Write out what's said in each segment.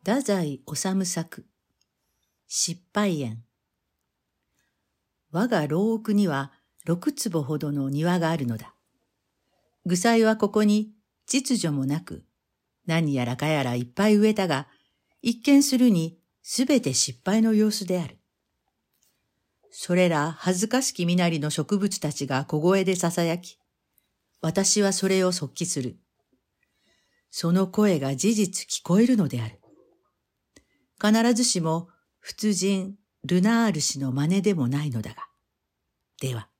太宰治作、失敗園。我が老屋には6坪ほどの庭があるのだ。具材はここに秩序もなく、何やらかやらいっぱい植えたが、一見するにすべて失敗の様子である。それら恥ずかしき身なりの植物たちが小声で囁き、私はそれを速記する。その声が事実聞こえるのである。必ずしも仏人ルナール氏の真似でもないのだが。では。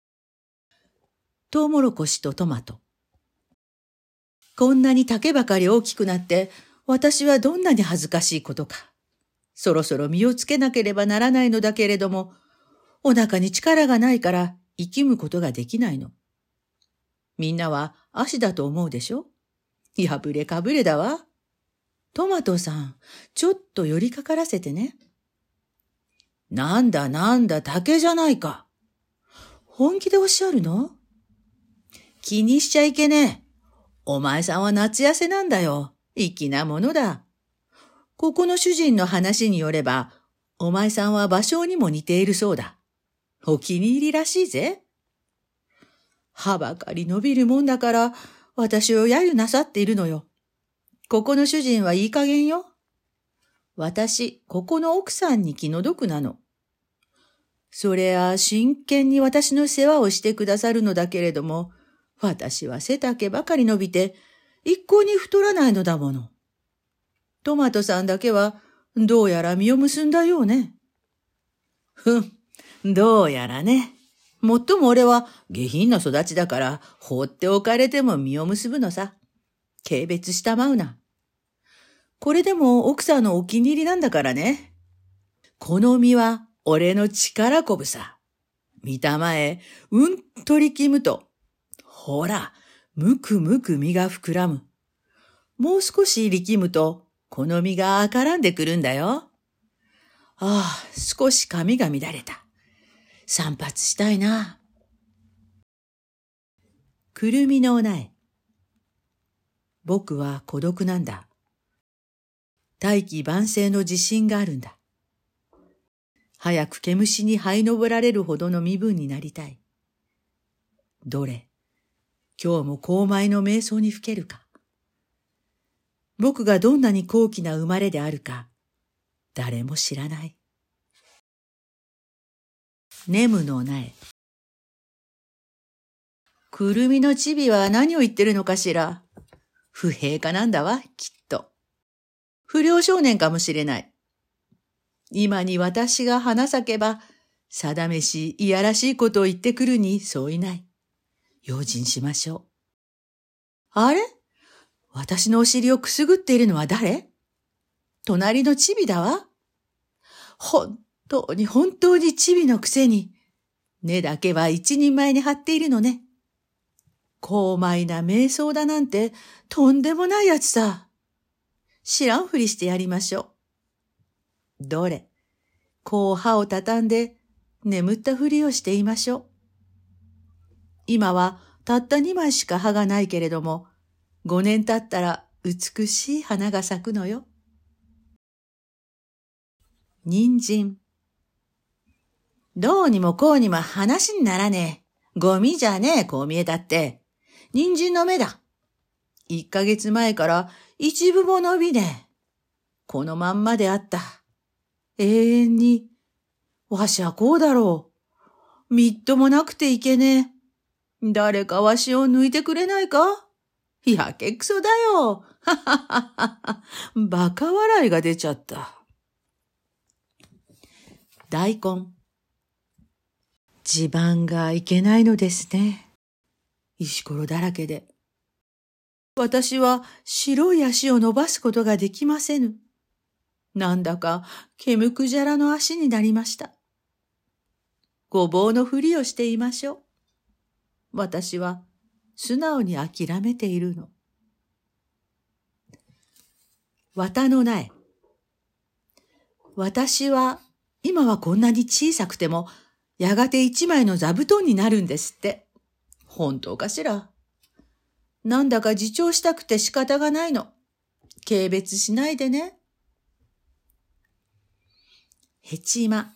トウモロコシとトマト。こんなに竹ばかり大きくなって、私はどんなに恥ずかしいことか。そろそろ身をつけなければならないのだけれども、お腹に力がないから生きむことができないの。みんなは足だと思うでしょ？破れかぶれだわ。トマトさん、ちょっと寄りかからせてね。なんだ竹じゃないか。本気でおっしゃるの？気にしちゃいけねえ。お前さんは夏痩せなんだよ。粋なものだ。ここの主人の話によれば、お前さんは芭蕉にも似ているそうだ。お気に入りらしいぜ。歯ばかり伸びるもんだから、私を揶揄なさっているのよ。ここの主人はいい加減よ。私、ここの奥さんに気の毒なの。それは真剣に私の世話をしてくださるのだけれども、私は背丈ばかり伸びて、一向に太らないのだもの。トマトさんだけは、どうやら実を結んだようね。どうやらね。もっとも俺は下品な育ちだから、放っておかれても実を結ぶのさ。軽蔑したまうな。これでも奥さんのお気に入りなんだからね。この実は俺の力こぶさ。見たまえ、うんと力むと。ほら、むくむく実が膨らむ。もう少し力むと、この実が赤らんでくるんだよ。ああ、少し髪が乱れた。散髪したいな。くるみの苗。僕は孤独なんだ。大器晩成の自信があるんだ。早く毛虫に這い登られるほどの身分になりたい。どれ、今日も高邁の瞑想にふけるか。僕がどんなに高貴な生まれであるか、誰も知らない。ネムの苗。くるみのチビは何を言ってるのかしら。不平かなんだわ、きっと。不良少年かもしれない。今に私が花咲けば、定めしいやらしいことを言ってくるにそういない。用心しましょう。あれ？私のお尻をくすぐっているのは誰？隣のチビだわ。本当にチビのくせに、根だけは一人前に張っているのね。高邁な瞑想だなんてとんでもないやつさ。知らんふりしてやりましょう。どれ、こう歯をたたんで眠ったふりをしていましょう。今はたった2枚しか歯がないけれども、5年経ったら美しい花が咲くのよ。人参。どうにもこうにも話にならねえ。ゴミじゃねえ、こう見えたって。人参の芽だ。1ヶ月前から一分も伸びねえ。このまんまであった。永遠に。わしはこうだろう。みっともなくていけねえ。誰かわしを抜いてくれないか？やけくそだよ。はははは。バカ笑いが出ちゃった。大根。地盤がいけないのですね。石ころだらけで。私は白い足を伸ばすことができませぬ。なんだか毛むくじゃらの足になりました。ごぼうのふりをしていましょう。私は素直に諦めているの。綿の苗。私は今はこんなに小さくてもやがて一枚の座布団になるんですって。本当かしら。なんだか自重したくて仕方がないの。軽蔑しないでね。 ヘチマ。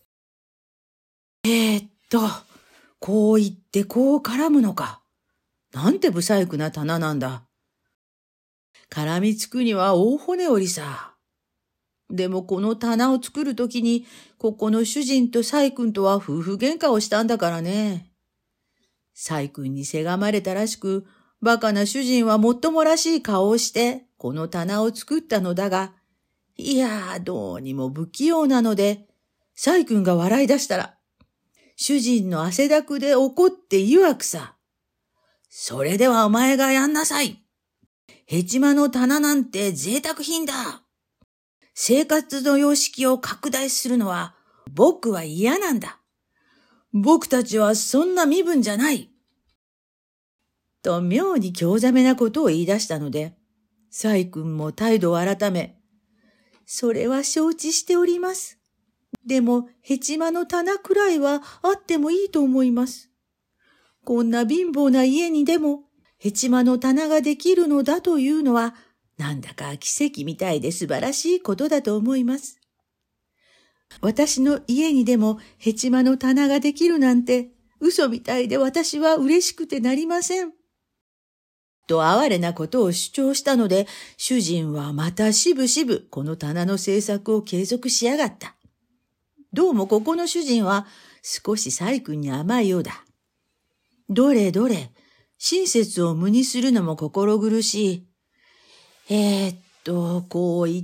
こう言ってこう絡むのか。なんて不細工な棚なんだ。絡みつくには大骨折りさ。でもこの棚を作るときに、ここの主人とサイ君とは夫婦喧嘩をしたんだからね。サイ君にせがまれたらしく、バカな主人はもっともらしい顔をして、この棚を作ったのだが、いやー、どうにも不器用なので、サイ君が笑い出したら、主人の汗だくで怒って言うわくさ。それではお前がやんなさい。ヘチマの棚なんて贅沢品だ。生活の様式を拡大するのは僕は嫌なんだ。僕たちはそんな身分じゃない。と妙に興ざめなことを言い出したので、サイ君も態度を改め、それは承知しております。でも、ヘチマの棚くらいはあってもいいと思います。こんな貧乏な家にでも、ヘチマの棚ができるのだというのは、なんだか奇跡みたいで素晴らしいことだと思います。私の家にでもヘチマの棚ができるなんて、嘘みたいで私は嬉しくてなりません。と哀れなことを主張したので、主人はまたしぶしぶこの棚の製作を継続しやがった。どうもここの主人は少しサイ君に甘いようだ。どれどれ、親切を無にするのも心苦しい。こう言って、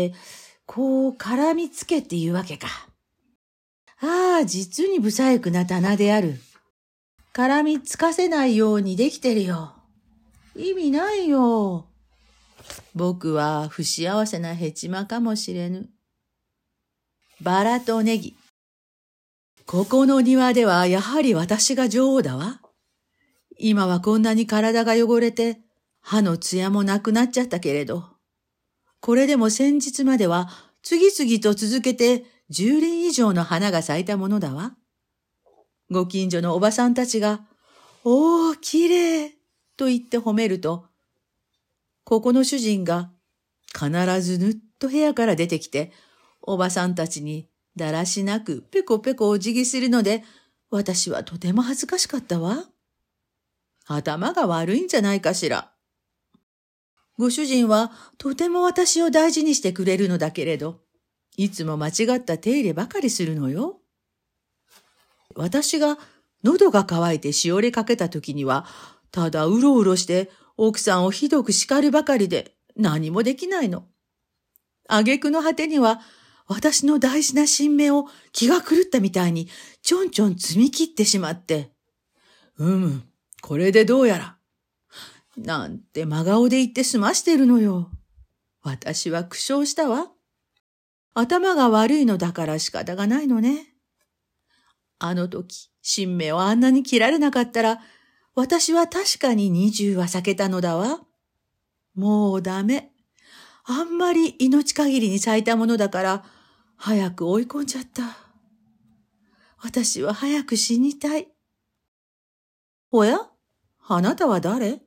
こう絡みつけっていうわけか。ああ、実に不細工な棚である。絡みつかせないようにできてるよ。意味ないよ。僕は不幸せなヘチマかもしれぬ。バラとネギ。ここの庭ではやはり私が女王だわ。今はこんなに体が汚れて歯の艶もなくなっちゃったけれど、これでも先日までは次々と続けて10輪以上の花が咲いたものだわ。ご近所のおばさんたちが、おー、きれいと言って褒めると、ここの主人が必ずぬっと部屋から出てきて、おばさんたちにだらしなくペコペコお辞儀するので、私はとても恥ずかしかったわ。頭が悪いんじゃないかしら。ご主人はとても私を大事にしてくれるのだけれど、いつも間違った手入ればかりするのよ。私が喉が渇いてしおれかけた時には、ただうろうろして奥さんをひどく叱るばかりで何もできないの。挙句の果てには、私の大事な新芽を気が狂ったみたいにちょんちょん積み切ってしまって、これでどうやら。なんて真顔で言って済ましてるのよ。私は苦笑したわ。頭が悪いのだから仕方がないのね。あの時、新芽をあんなに切られなかったら、私は確かに20は避けたのだわ。もうダメ。あんまり命限りに咲いたものだから、早く追い込んじゃった。私は早く死にたい。おや？あなたは誰？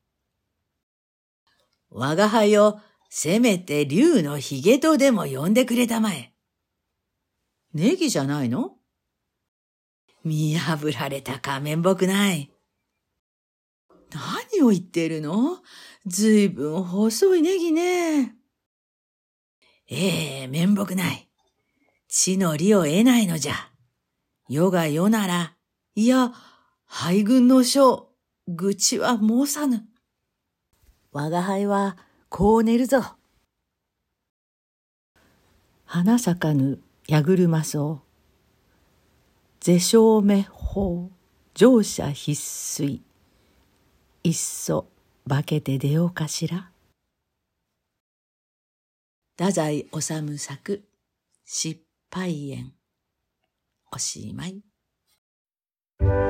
我が輩をせめて竜のひげとでも呼んでくれたまえ。ネギじゃないの？見破られた仮面僕ない。何を言ってるの？ずいぶん細いネギね。面目ない。地の利を得ないのじゃ。世が世なら、いや、敗軍の将、愚痴は申さぬ。我が輩はこう寝るぞ。花咲かぬ矢車草。是正滅法、乗車必須。いっそ化けて出ようかしら。太宰治作、失敗園。おしまい。